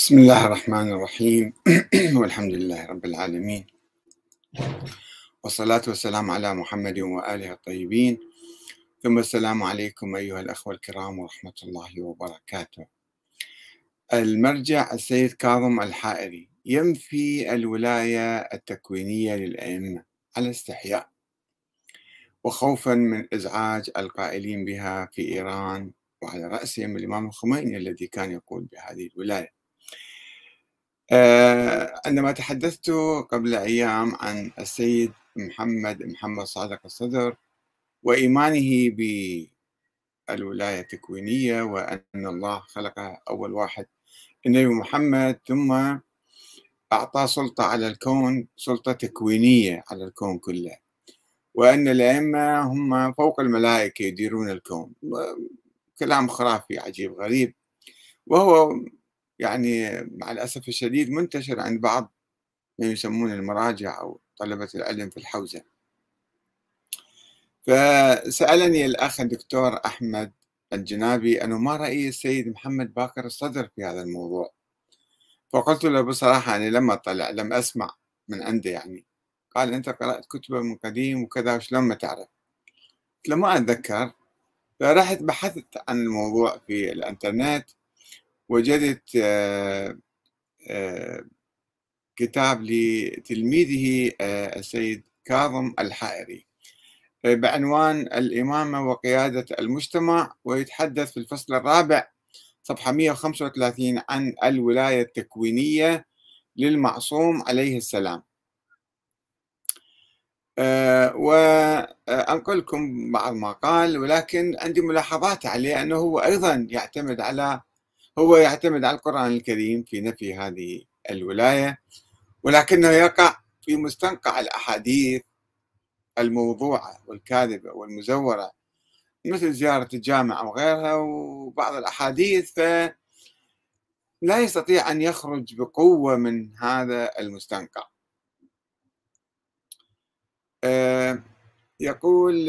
بسم الله الرحمن الرحيم والحمد لله رب العالمين والصلاة والسلام على محمد وآله الطيبين ثم السلام عليكم أيها الأخوة الكرام ورحمة الله وبركاته. المرجع السيد كاظم الحائري ينفي الولاية التكوينية للأئمة على استحياء وخوفا من إزعاج القائلين بها في إيران، وعلى رأسهم الإمام الخميني الذي كان يقول بهذه الولاية. عندما تحدثت قبل أيام عن السيد محمد صادق الصدر وإيمانه بالولاية التكوينية، وأن الله خلق أول واحد النبي محمد ثم أعطاه سلطة على الكون، سلطة تكوينية على الكون كله، وأن الأئمة هم فوق الملائكة يديرون الكون. كلام خرافي عجيب غريب، وهو يعني مع الأسف الشديد منتشر عند بعض ما يسمون المراجع أو طلبة العلم في الحوزة. فسألني الأخ الدكتور أحمد الجنابي أنه ما رأي السيد محمد باقر الصدر في هذا الموضوع، فقلت له بصراحة أنا لم أطلع، لم أسمع من عنده يعني. قال أنت قرأت كتبه من قديم وكذا وشلون ما تعرف؟ قلت له ما أتذكر. فرحت بحثت عن الموضوع في الإنترنت، وجدت كتاب لتلميذه السيد كاظم الحائري بعنوان الإمامة وقيادة المجتمع، ويتحدث في الفصل الرابع صفحة 135 عن الولاية التكوينية للمعصوم عليه السلام. وأنقلكم بعض ما قال، ولكن عندي ملاحظات عليه أنه هو أيضا يعتمد على القرآن الكريم في نفي هذه الولاية، ولكنه يقع في مستنقع الأحاديث الموضوعة والكاذبة والمزورة مثل زيارة الجامع أو غيرها وبعض الأحاديث، فلا يستطيع أن يخرج بقوة من هذا المستنقع. يقول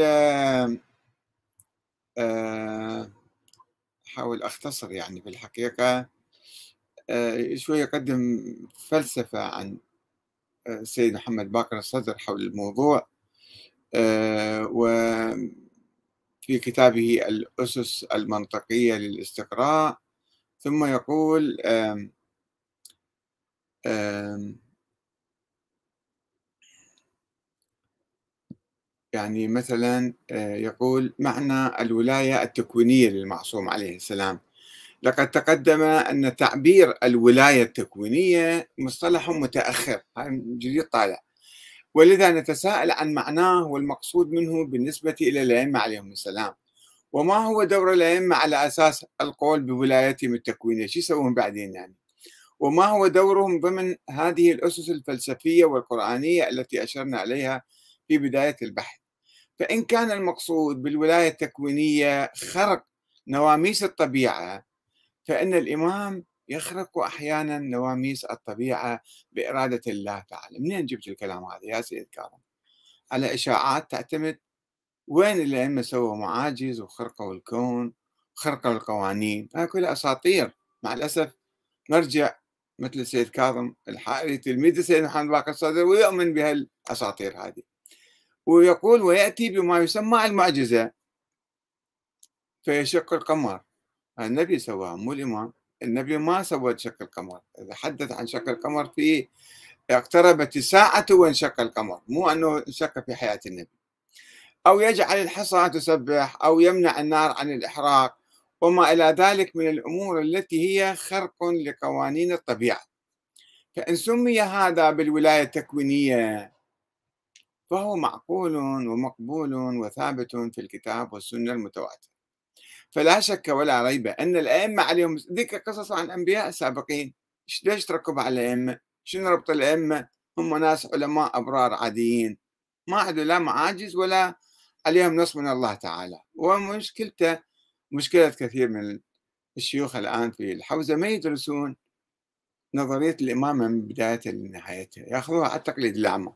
أحاول أختصر يعني في الحقيقة، شوي يقدم فلسفة عن السيد محمد باقر الصدر حول الموضوع، وفي كتابه الأسس المنطقية للاستقراء. ثم يقول يعني مثلا يقول معنى الولاية التكوينية للمعصوم عليه السلام. لقد تقدم أن تعبير الولاية التكوينية مصطلح متأخر، هذا جديد طالع، ولذا نتساءل عن معناه والمقصود منه بالنسبة إلى الأئمة عليهم السلام، وما هو دور الأئمة على أساس القول بولايتهم التكوينية، شو يسوون بعدين يعني، وما هو دورهم ضمن هذه الأسس الفلسفية والقرآنية التي أشرنا عليها في بداية البحث. فإن كان المقصود بالولاية التكوينية خرق نواميس الطبيعة، فإن الإمام يخرق أحيانا نواميس الطبيعة بإرادة الله تعالى. منين جبت الكلام هذا يا سيد كاظم؟ على إشاعات تعتمد؟ وين الأئمة سووا معاجز وخرقوا الكون وخرقوا القوانين؟ هاي كلها أساطير. مع الأسف نرجع مثل السيد كاظم الحائري تلميذ السيد محمد باقر الصدر ويؤمن بهالأساطير هذه، ويقول ويأتي بما يسمى المعجزة فيشق القمر. النبي سواها مو الإمام. النبي ما سوى شق القمر، إذا حدث عن شق القمر في اقتربت الساعة وانشق القمر، مو أنه انشق في حياة النبي. أو يجعل الحصى تسبح، أو يمنع النار عن الإحراق، وما إلى ذلك من الأمور التي هي خرق لقوانين الطبيعة. فإن سمي هذا بالولاية التكوينية فهو معقول ومقبول وثابت في الكتاب والسنة المتواترة. فلا شك ولا ريب أن الأئمة عليهم ذيك قصص عن أنبياء سابقين. ليش تركب على الأئمة؟ شنو ربط الأئمة؟ هم ناس علماء أبرار عاديين، ما عندهم لا معاجز ولا عليهم نص من الله تعالى. ومشكلته مشكلة كثير من الشيوخ الآن في الحوزة، ما يدرسون نظرية الإمامة من بدايتها لنهايتها، يأخذوها على التقليد الأعمى.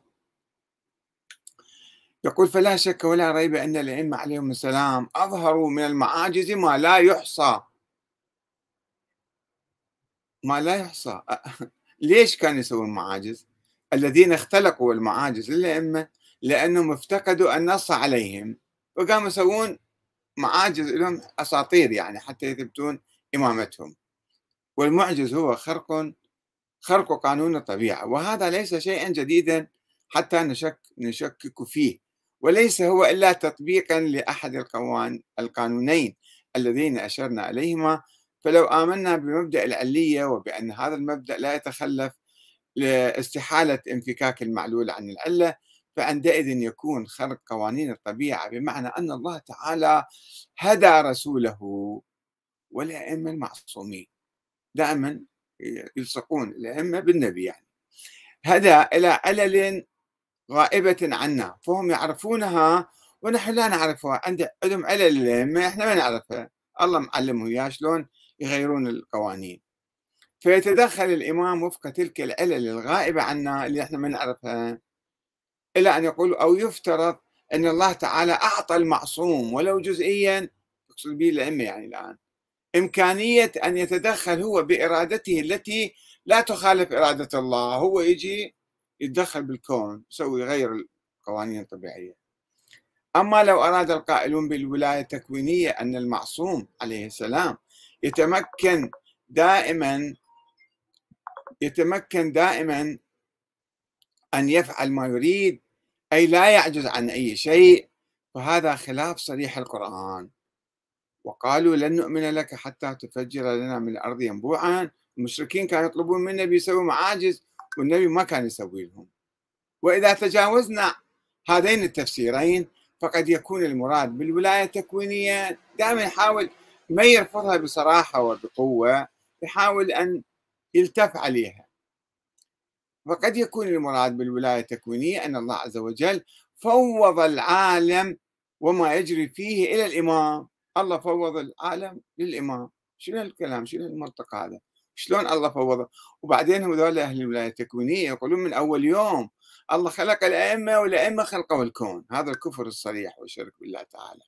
يقول فلا شك ولا ريب أن الأئمة عليهم السلام أظهروا من المعاجز ما لا يحصى. ما لا يحصى. ليش كانوا يسوون معاجز؟ الذين اختلقوا المعاجز للأئمة لأنهم افتقدوا النص عليهم، وقاموا يسوون معاجز لهم أساطير يعني حتى يثبتون إمامتهم. والمعجز هو خرق قانون الطبيعة، وهذا ليس شيئا جديدا حتى نشكك فيه، وليس هو إلا تطبيقا لأحد القانونين اللذين أشرنا إليهما. فلو آمنا بمبدأ العلية وبأن هذا المبدأ لا يتخلف لاستحالة انفكاك المعلول عن العلة، فعندئذ يكون خرق قوانين الطبيعة بمعنى أن الله تعالى هدى رسوله والأئمة المعصومين. دائما يلصقون الأئمة بالنبي، يعني هدى إلى علل غائبة عنا فهم يعرفونها ونحن لا نعرفها. عندهم علل الأئمة احنا ما نعرفها، الله معلمه إياه شلون يغيرون القوانين. فيتدخل الإمام وفق تلك العلل الغائبة عنا اللي احنا ما نعرفها، إلى أن يقول أو يفترض أن الله تعالى أعطى المعصوم ولو جزئيا، يقصد به الأئمة يعني الآن، إمكانية أن يتدخل هو بإرادته التي لا تخالف إرادة الله. هو يجي يتدخل بالكون، يسوي يغير القوانين الطبيعية. أما لو أراد القائلون بالولاية التكوينية أن المعصوم عليه السلام يتمكن دائما أن يفعل ما يريد، أي لا يعجز عن أي شيء، فهذا خلاف صريح القرآن. وقالوا لن نؤمن لك حتى تفجر لنا من الأرض ينبوعا. المشركين كانوا يطلبون من النبي يسوي معاجز والنبي ما كان يسوي لهم. وإذا تجاوزنا هذين التفسيرين فقد يكون المراد بالولاية التكوينية، دائما يحاول ما يرفضها بصراحة وبقوة، يحاول أن يلتف عليها. فقد يكون المراد بالولاية التكوينية أن الله عز وجل فوض العالم وما يجري فيه إلى الإمام. الله فوض العالم للإمام. شنو الكلام؟ شنو المنطق هذا؟ شلون الله فوضه؟ وبعدين هم ذول أهل الولاية التكوينية يقولون من أول يوم الله خلق الأئمة والأئمة خلقوا الكون. هذا الكفر الصريح والشرك بالله تعالى.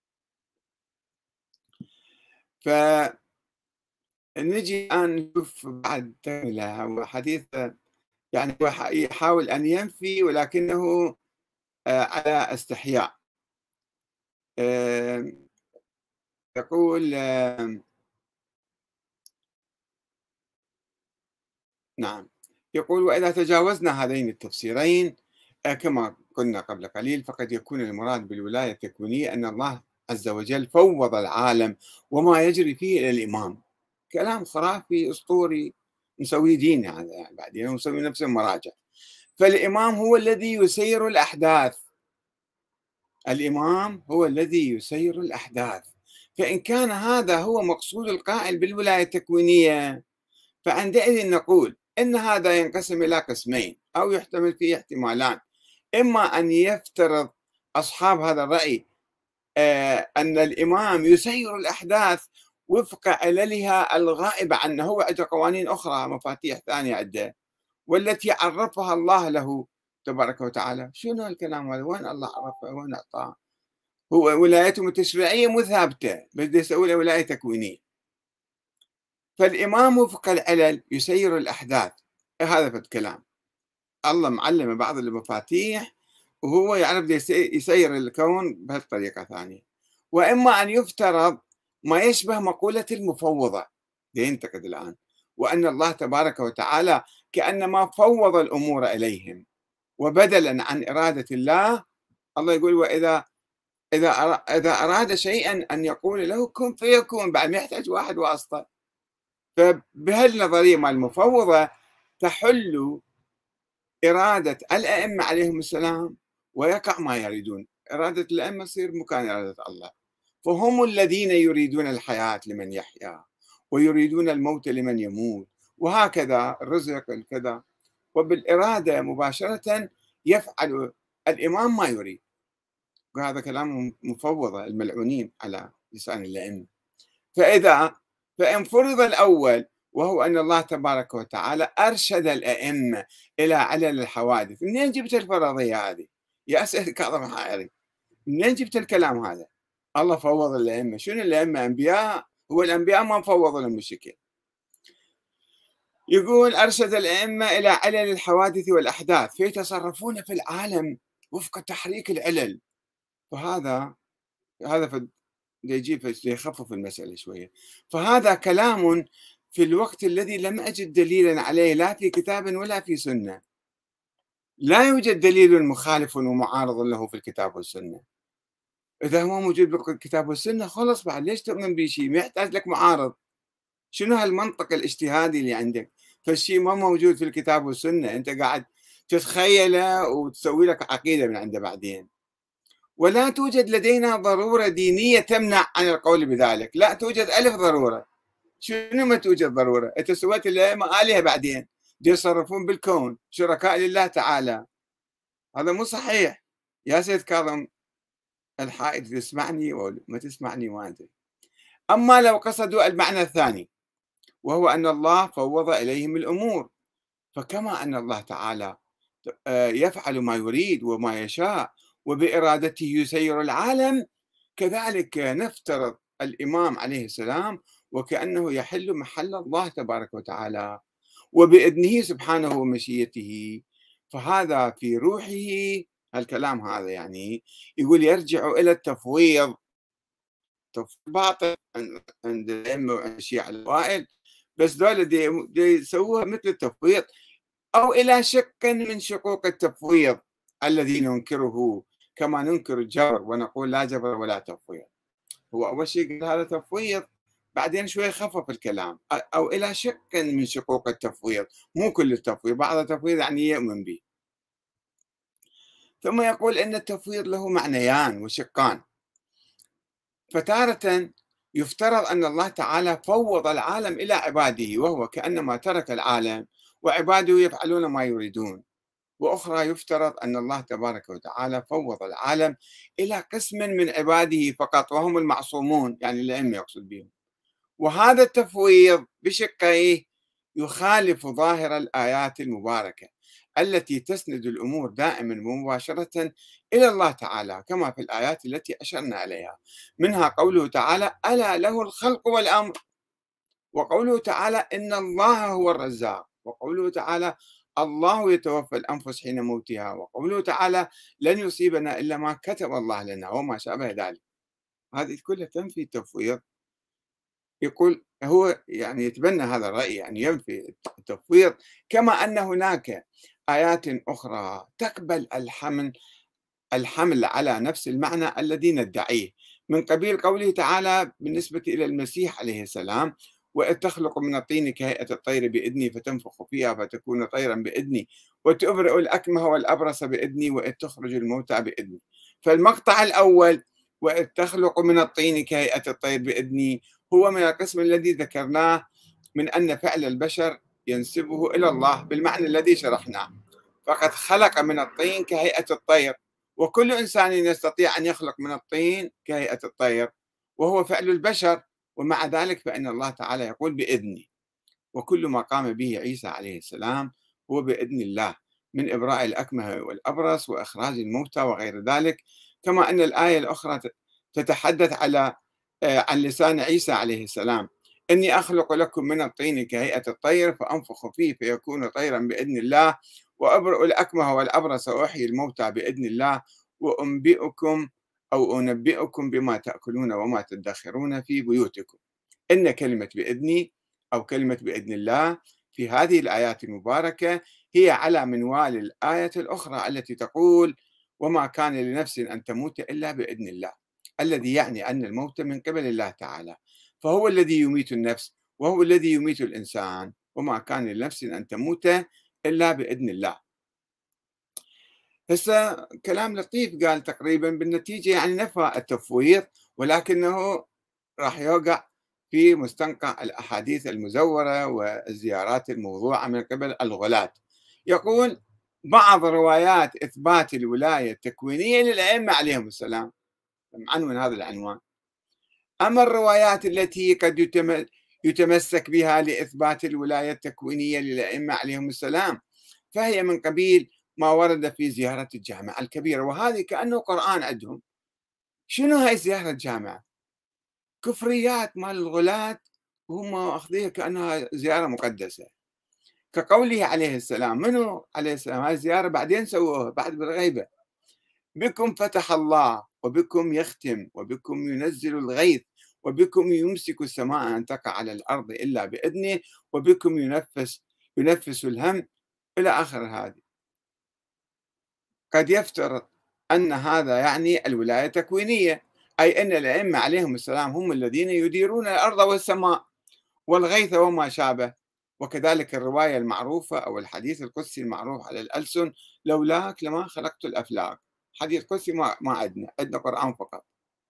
فنجي الآن نشوف بعد تكملة وحديث، يعني هو يحاول أن ينفي ولكنه على استحياء. آه، يقول نعم، يقول وإذا تجاوزنا هذين التفسيرين كما قلنا قبل قليل فقد يكون المراد بالولاية التكوينية أن الله عز وجل فوض العالم وما يجري فيه إلى الإمام. كلام خرافي أسطوري مسوي دين هذا، يعني بعدين مسوي نفسه مراجع. فالإمام هو الذي يسير الأحداث. الإمام هو الذي يسير الأحداث. فإن كان هذا هو مقصود القائل بالولاية التكوينية فعندئذ نقول إن هذا ينقسم إلى قسمين أو يحتمل فيه احتمالان. إما أن يفترض أصحاب هذا الرأي أن الإمام يسير الأحداث وفق عللها الغائبة عنه، هو عنده قوانين أخرى مفاتيح ثانية عنده والتي عرفها الله له تبارك وتعالى. شنو الكلام هذا؟ وين الله عرفه؟ وين أعطاه؟ هو ولايته التشريعية مو ثابتة، بده يسوي له ولاية تكوينية. فالإمام وفق العلل يسير الأحداث. هذا في الكلام الله معلم بعض المفاتيح وهو يعرف يسير الكون بهالطريقة ثانية. وإما أن يفترض ما يشبه مقولة المفوضة ينتقد الآن، وأن الله تبارك وتعالى كأنما فوض الأمور إليهم، وبدلا عن إرادة الله الله يقول وإذا إذا أراد شيئا أن يقول له كن فيكون، بعد ما يحتاج واحد واسطة. فبهالنظرية مع المفوضة تحل إرادة الأئمة عليهم السلام ويقع ما يريدون. إرادة الأئمة تصير مكان إرادة الله. فهم الذين يريدون الحياة لمن يحيا ويريدون الموت لمن يموت، وهكذا الرزق الكذا. وبالإرادة مباشرة يفعل الإمام ما يريد. وهذا كلام مفوضة الملعونين على لسان الأئمة. فإن فرض الأول وهو أن الله تبارك وتعالى أرشد الأئمة إلى علل الحوادث، منين جبت الفرضية هذه؟ يا أسئلة كاظم حائري، منين جبت الكلام هذا؟ الله فوض الأئمة. شنو الأئمة؟ أنبياء؟ هو الأنبياء ما فوضوا لهم الشكل. يقول أرشد الأئمة إلى علل الحوادث والأحداث فيتصرفون في العالم وفق تحريك العلل. فهذا يجيب يخفف المسألة شوية. فهذا كلام في الوقت الذي لم أجد دليلا عليه لا في كتاب ولا في سنة. لا يوجد دليل مخالف ومعارض له في الكتاب والسنة. إذا هو موجود بالكتاب والسنة خلص، بعد ليش تؤمن بشيء ما يحتاج لك معارض؟ شنو هالمنطق الاجتهادي اللي عندك؟ فالشيء ما موجود في الكتاب والسنة أنت قاعد تتخيله وتسوي لك عقيدة من عنده بعدين. ولا توجد لدينا ضرورة دينية تمنع عن القول بذلك، لا توجد ألف ضرورة. شنو ما توجد ضرورة؟ أنت سويت الأئمة آلهة بعدين يتصرفون بالكون شركاء لله تعالى. هذا مو صحيح. يا سيد كاظم الحائط، تسمعني ولا ما تسمعني ما أدري. أما لو قصدوا المعنى الثاني وهو أن الله فوض إليهم الأمور، فكما أن الله تعالى يفعل ما يريد وما يشاء وبإرادته يسير العالم، كذلك نفترض الإمام عليه السلام وكأنه يحل محل الله تبارك وتعالى وبإذنه سبحانه ومشيئته. فهذا في روحه الكلام هذا يعني يقول يرجع إلى التفويض. باطل عند الأئمة وعند الشيعة الأوائل، بس دول دي يسووها مثل التفويض أو إلى شق من شقوق التفويض الذي ننكره، كما ننكر الجبر ونقول لا جبر ولا تفويض. هو أول شيء قال هذا تفويض، بعدين شوي خفف الكلام أو إلى شق من شقوق التفويض، مو كل التفويض، بعض التفويض يعني يؤمن به. ثم يقول أن التفويض له معنيان وشقان. فتارة يفترض أن الله تعالى فوض العالم إلى عباده وهو كأنما ترك العالم وعباده يفعلون ما يريدون، وأخرى يفترض أن الله تبارك وتعالى فوض العالم إلى قسم من عباده فقط وهم المعصومون، يعني الأئمة يقصد بهم. وهذا التفويض بشقيه يخالف ظاهر الآيات المباركة التي تسند الأمور دائما ومباشرة إلى الله تعالى، كما في الآيات التي أشرنا إليها، منها قوله تعالى ألا له الخلق والأمر، وقوله تعالى إن الله هو الرزاق، وقوله تعالى الله يتوفى الأنفس حين موتها، وقوله تعالى لن يصيبنا إلا ما كتب الله لنا وما شابه ذلك. هذه كلها تنفي التفويض. يقول هو يعني يتبنى هذا الرأي، يعني ينفي التفويض، كما أن هناك آيات أخرى تقبل الحمل على نفس المعنى الذي ندعيه، من قبيل قوله تعالى بالنسبة إلى المسيح عليه السلام وإذ تخلق من الطين كهيئة الطير بإذني فتنفخ فيها فتكون طيرا بإذني وتبرئ الأكمه والأبرص بإذني وإذ تخرج الموتى بإذني. فالمقطع الأول وإذ تخلق من الطين كهيئة الطير بإذني هو من القسم الذي ذكرناه من أن فعل البشر ينسبه إلى الله بالمعنى الذي شرحناه، فقد خلق من الطين كهيئة الطير، وكل إنسان يستطيع أن يخلق من الطين كهيئة الطير وهو فعل البشر، ومع ذلك فإن الله تعالى يقول بإذني. وكل ما قام به عيسى عليه السلام هو بإذن الله من إبراء الأكمه والأبرص وإخراج الموتى وغير ذلك، كما أن الآية الأخرى تتحدث عن لسان عيسى عليه السلام إني أخلق لكم من الطين كهيئة الطير فأنفخ فيه فيكون طيرا بإذن الله وأبرئ الأكمه والأبرص وأحيي الموتى بإذن الله وأنبئكم أو أنبئكم بما تأكلون وما تدخرون في بيوتكم. إن كلمة بإذني أو كلمة بإذن الله في هذه الآيات المباركة هي على منوال الآية الأخرى التي تقول وما كان لنفس أن تموت إلا بإذن الله، الذي يعني أن الموت من قبل الله تعالى، فهو الذي يميت النفس وهو الذي يميت الإنسان، وما كان لنفس أن تموت إلا بإذن الله. هسه كلام لطيف قال تقريبا بالنتيجة يعني نفى التفويض، ولكنه راح يوقع في مستنقع الأحاديث المزورة والزيارات الموضوعة من قبل الغلاة. يقول بعض روايات إثبات الولاية التكوينية للأئمة عليهم السلام، معنون هذا العنوان. أما الروايات التي قد يتمسك بها لإثبات الولاية التكوينية للأئمة عليهم السلام فهي من قبيل ما ورد في زيارة الجامعة الكبيرة، وهذه كأنه قرآن عندهم. شنو هاي زيارة الجامعة؟ كفريات مال الغلاة وهم أخذيها كأنها زيارة مقدسة. كقوله عليه السلام، منو عليه السلام؟ هاي الزيارة بعدين سووها بعد بالغيبة. بكم فتح الله وبكم يختم وبكم ينزل الغيث وبكم يمسك السماء أن تقع على الأرض إلا بإذنه وبكم ينفس الهم إلى آخر هذه. قد يفترض أن هذا يعني الولاية التكوينية، أي أن الأئمة عليهم السلام هم الذين يديرون الأرض والسماء والغيث وما شابه. وكذلك الرواية المعروفة أو الحديث القدسي المعروف على الألسن: لولاك لما خلقت الأفلاك. حديث قدسي ما عندنا قرآن فقط.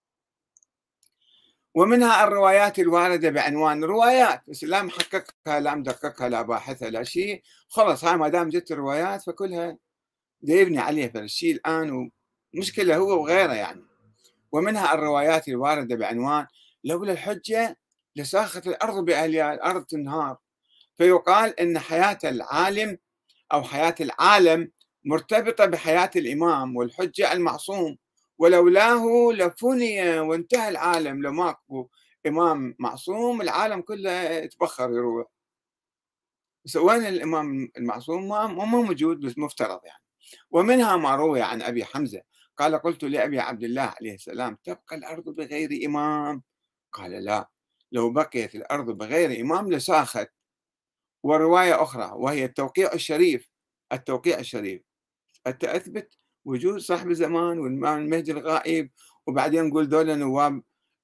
ومنها الروايات الواردة بعنوان روايات، بس لا محققها لا مدققها لا باحثها لا شيء، خلص هاي ما دام جت الروايات فكلها دا يبني عليها فالشيء الآن، ومشكلة هو وغيره يعني. ومنها الروايات الواردة بعنوان: لولا الحجة لساخت الأرض بأهلها، الأرض تنهار. فيقال إن حياة العالم أو حياة العالم مرتبطة بحياة الإمام والحجة المعصوم، ولولاه لفني وانتهى العالم، لو ماكو إمام معصوم العالم كله يتبخر يروح. بس وين الإمام المعصوم؟ ما موجود، بس مفترض يعني. ومنها ما روي عن أبي حمزة قال: قلت لأبي عبد الله عليه السلام: تبقى الأرض بغير إمام؟ قال: لا، لو بقيت الأرض بغير إمام لساخت. ورواية أخرى وهي التوقيع الشريف، التوقيع الشريف حتى أثبت وجود صاحب الزمان والإمام المهدي الغائب، وبعدين نقول دول نواب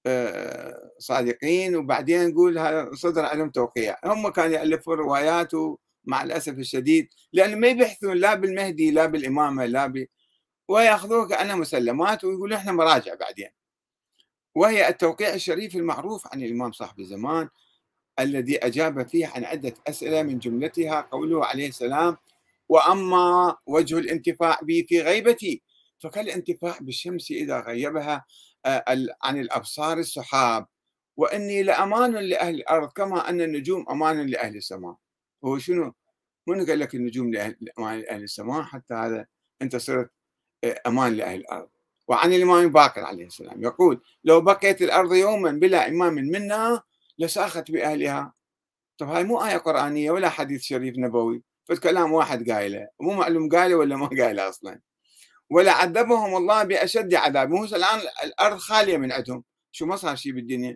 صادقين، وبعدين نقول هذا صدر عليهم توقيع. هم كانوا يألفون روايات، مع الأسف الشديد لأنه ما يبحثون لا بالمهدي لا بالإمامة ويأخذوه كأنها مسلمات ويقولون إحنا مراجع بعدين. وهي التوقيع الشريف المعروف عن الإمام صاحب الزمان الذي أجاب فيه عن عدة أسئلة، من جملتها قوله عليه السلام: وأما وجه الانتفاع بي في غيبتي فكالانتفاع بالشمس إذا غيبها عن الأبصار السحاب، وإني لأمان لأهل الأرض كما أن النجوم أمان لأهل السماء. هو شنو؟ من قال لك النجوم أمان لأهل السماء حتى هذا أنت صرت أمان لأهل الأرض؟ وعن الإمام باكر عليه السلام يقول: لو بقيت الأرض يوما بلا إمام منا لساخت بأهلها. طب هاي مو آية قرآنية ولا حديث شريف نبوي، فالكلام واحد قايله، مو معلوم قايله ولا ما قايله أصلا. ولا عذبهم الله بأشد عذاب. مو الآن الأرض خالية من عندهم، شو ما صار شيء بالدنيا.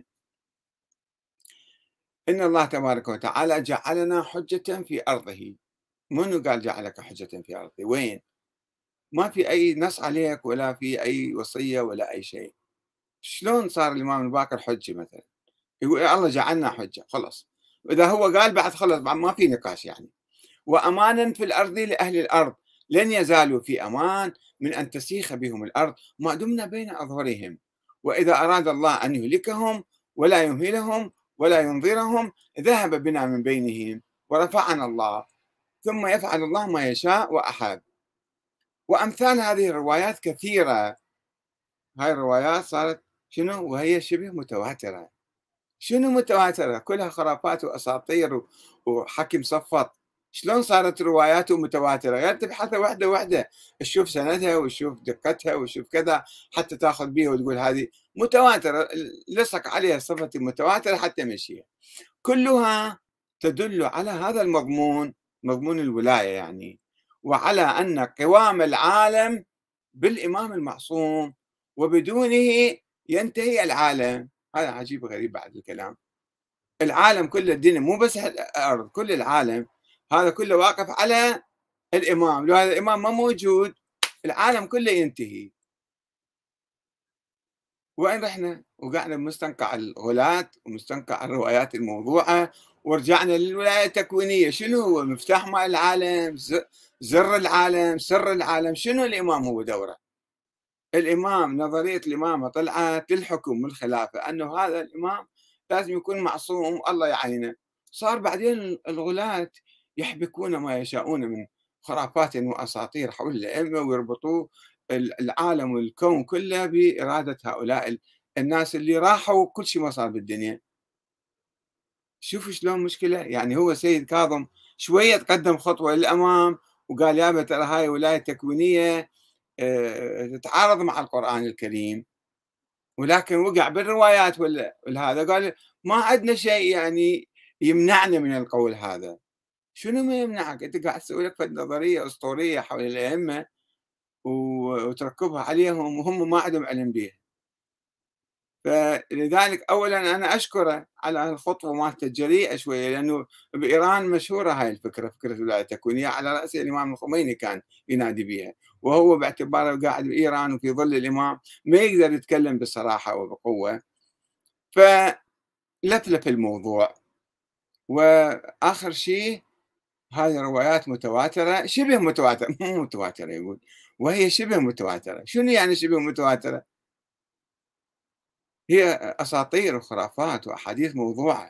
إن الله تبارك وتعالى جعلنا حجة في أرضه. منو قال جعلك حجة في أرضه؟ وين؟ ما في أي نص عليك ولا في أي وصية ولا أي شيء. شلون صار الإمام الباقر حجة مثلا؟ يقول الله جعلنا حجة، خلص. وإذا هو قال بعد خلص، بعد ما في نقاش يعني. وأمانا في الأرض لأهل الأرض، لن يزالوا في أمان من أن تسيخ بهم الأرض ما دمنا بين أظهرهم. وإذا أراد الله أن يهلكهم ولا يمهلهم ولا ينظرهم ذهب بنا من بينهم ورفعنا الله، ثم يفعل الله ما يشاء وأحب. وأمثال هذه الروايات كثيرة. هاي الروايات صارت شنو؟ وهي شبه متواترة. شنو متواترة؟ كلها خرافات وأساطير وحكي مصفط. شلون صارت رواياته متواترة؟ غير تبحثها وحدة وحدة، تشوف سندها وتشوف دقتها وتشوف كذا حتى تاخذ بيها وتقول هذه متواترة، لصق عليها صفة المتواترة حتى مشيها. كلها تدل على هذا المضمون، مضمون الولاية يعني، وعلى أن قوام العالم بالإمام المعصوم وبدونه ينتهي العالم. هذا عجيب غريب بعد الكلام. العالم كله، الدنيا مو بس الأرض، كل العالم هذا كله واقف على الإمام. لو هذا الإمام ما موجود العالم كله ينتهي. وين رحنا؟ وقعنا بمستنقع الغلاة ومستنقع الروايات الموضوعة، ورجعنا للولاية التكوينية. شنو هو مفتاح ماء العالم، زر العالم، سر العالم؟ شنو الإمام هو دوره؟ الإمام نظرية الإمامة طلعت للحكم والخلافة، أنه هذا الإمام لازم يكون معصوم الله يعينه. صار بعدين الغلاة يحبكون ما يشاءون من خرافات وأساطير حول الأئمة، ويربطوا العالم والكون كله بإرادة هؤلاء الناس اللي راحوا كل شيء ما صار بالدنيا. شوفوا شلون مشكلة. يعني هو سيد كاظم شوية تقدم خطوة للأمام وقال: يابا ترى هاي ولاية تكوينية تتعارض مع القرآن الكريم، ولكن وقع بالروايات هذا قال ما عندنا شيء يعني يمنعنا من القول هذا. شنو ما يمنعك؟ أنت قاعد تسوي لك فد نظرية أسطورية حول الأئمة وتركبها عليهم وهم ما عندهم علم بيها. فلذلك أولًا أنا أشكره على الخطوة مالته الجريئة شوية، لأنه بإيران مشهورة هاي الفكرة، فكرة الولاية التكوينية، على رأسها الإمام الخميني كان ينادي بها، وهو باعتباره قاعد بإيران وفي ظل الإمام ما يقدر يتكلم بصراحة وبقوة، فلفلف الموضوع. وآخر شيء هذه روايات متواترة، شبه متواترة مو متواترة يقول، وهي شبه متواترة. شنو يعني شبه متواترة؟ هي أساطير وخرافات وأحاديث موضوعة.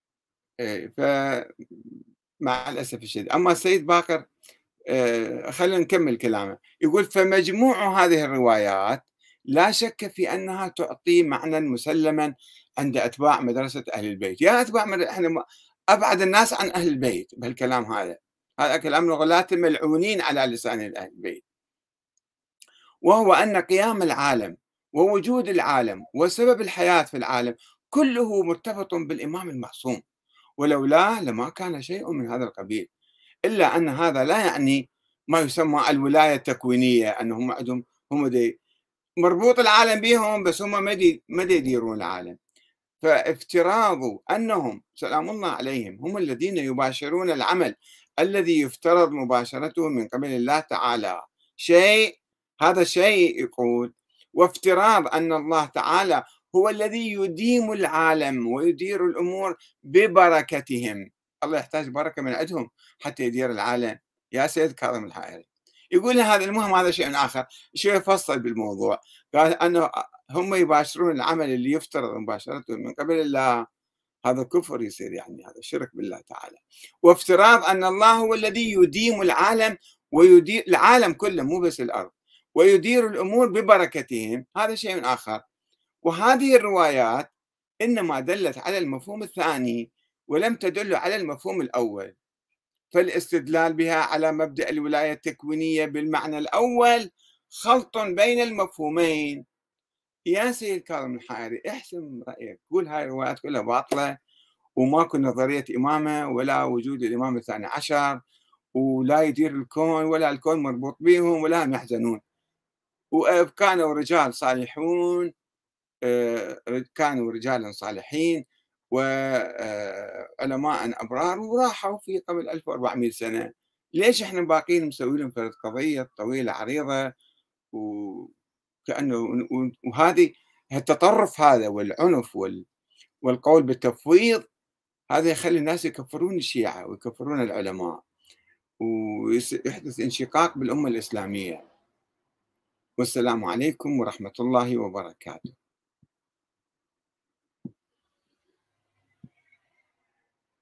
فمع الأسف الشديد. أما السيد باقر خلينا نكمل كلامه، يقول: فمجموع هذه الروايات لا شك في أنها تعطي معنى مسلما عند أتباع مدرسة أهل البيت. يا أتباع إحنا أبعد الناس عن أهل البيت بهالكلام هذا، هذا كلام الغلاة الملعونين على لسان أهل البيت. وهو أن قيام العالم ووجود العالم وسبب الحياة في العالم كله مرتبط بالإمام المعصوم، ولولاه لما كان شيء من هذا القبيل. إلا أن هذا لا يعني ما يسمى الولاية التكوينية، أنهم عندهم هم دي مربوط العالم بهم، بس هم ما دي يديرون العالم. فافتراض أنهم سلام الله عليهم هم الذين يباشرون العمل الذي يفترض مباشرته من قبل الله تعالى شيء، هذا الشيء يقول. وافتراض أن الله تعالى هو الذي يديم العالم ويدير الأمور ببركتهم. الله يحتاج بركة من عندهم حتى يدير العالم. يا سيد كاظم الحائري يقول هذا، المهم هذا شيء آخر، شيء يفصل بالموضوع. قال أنه هم يباشرون العمل اللي يفترض مباشرته من قبل الله، هذا كفر يصير، يعني هذا شرك بالله تعالى. وافتراض أن الله هو الذي يديم العالم ويدير العالم كله مو بس الأرض، ويدير الأمور ببركتهم، هذا شيء آخر. وهذه الروايات إنما دلت على المفهوم الثاني ولم تدل على المفهوم الأول، فالاستدلال بها على مبدأ الولاية التكوينية بالمعنى الأول خلط بين المفهومين. يا سيد كاظم الحائري احسم رأيك، قول هاي الروايات كلها باطلة، وماكو نظرية إمامة ولا وجود الإمام الثاني عشر، ولا يدير الكون ولا الكون مربوط بهم ولا هم يحزنون، وكانوا رجال صالحون، كانوا رجالا صالحين وعلماء أبرار وراحوا في قبل 1400 سنة. ليش احنا باقيين مسوي لهم فرد قضية طويلة عريضة وكأنه وهذه التطرف هذا والعنف والقول بالتفويض، هذا يخلي الناس يكفرون الشيعة ويكفرون العلماء ويحدث انشقاق بالأمة الإسلامية. والسلام عليكم ورحمة الله وبركاته.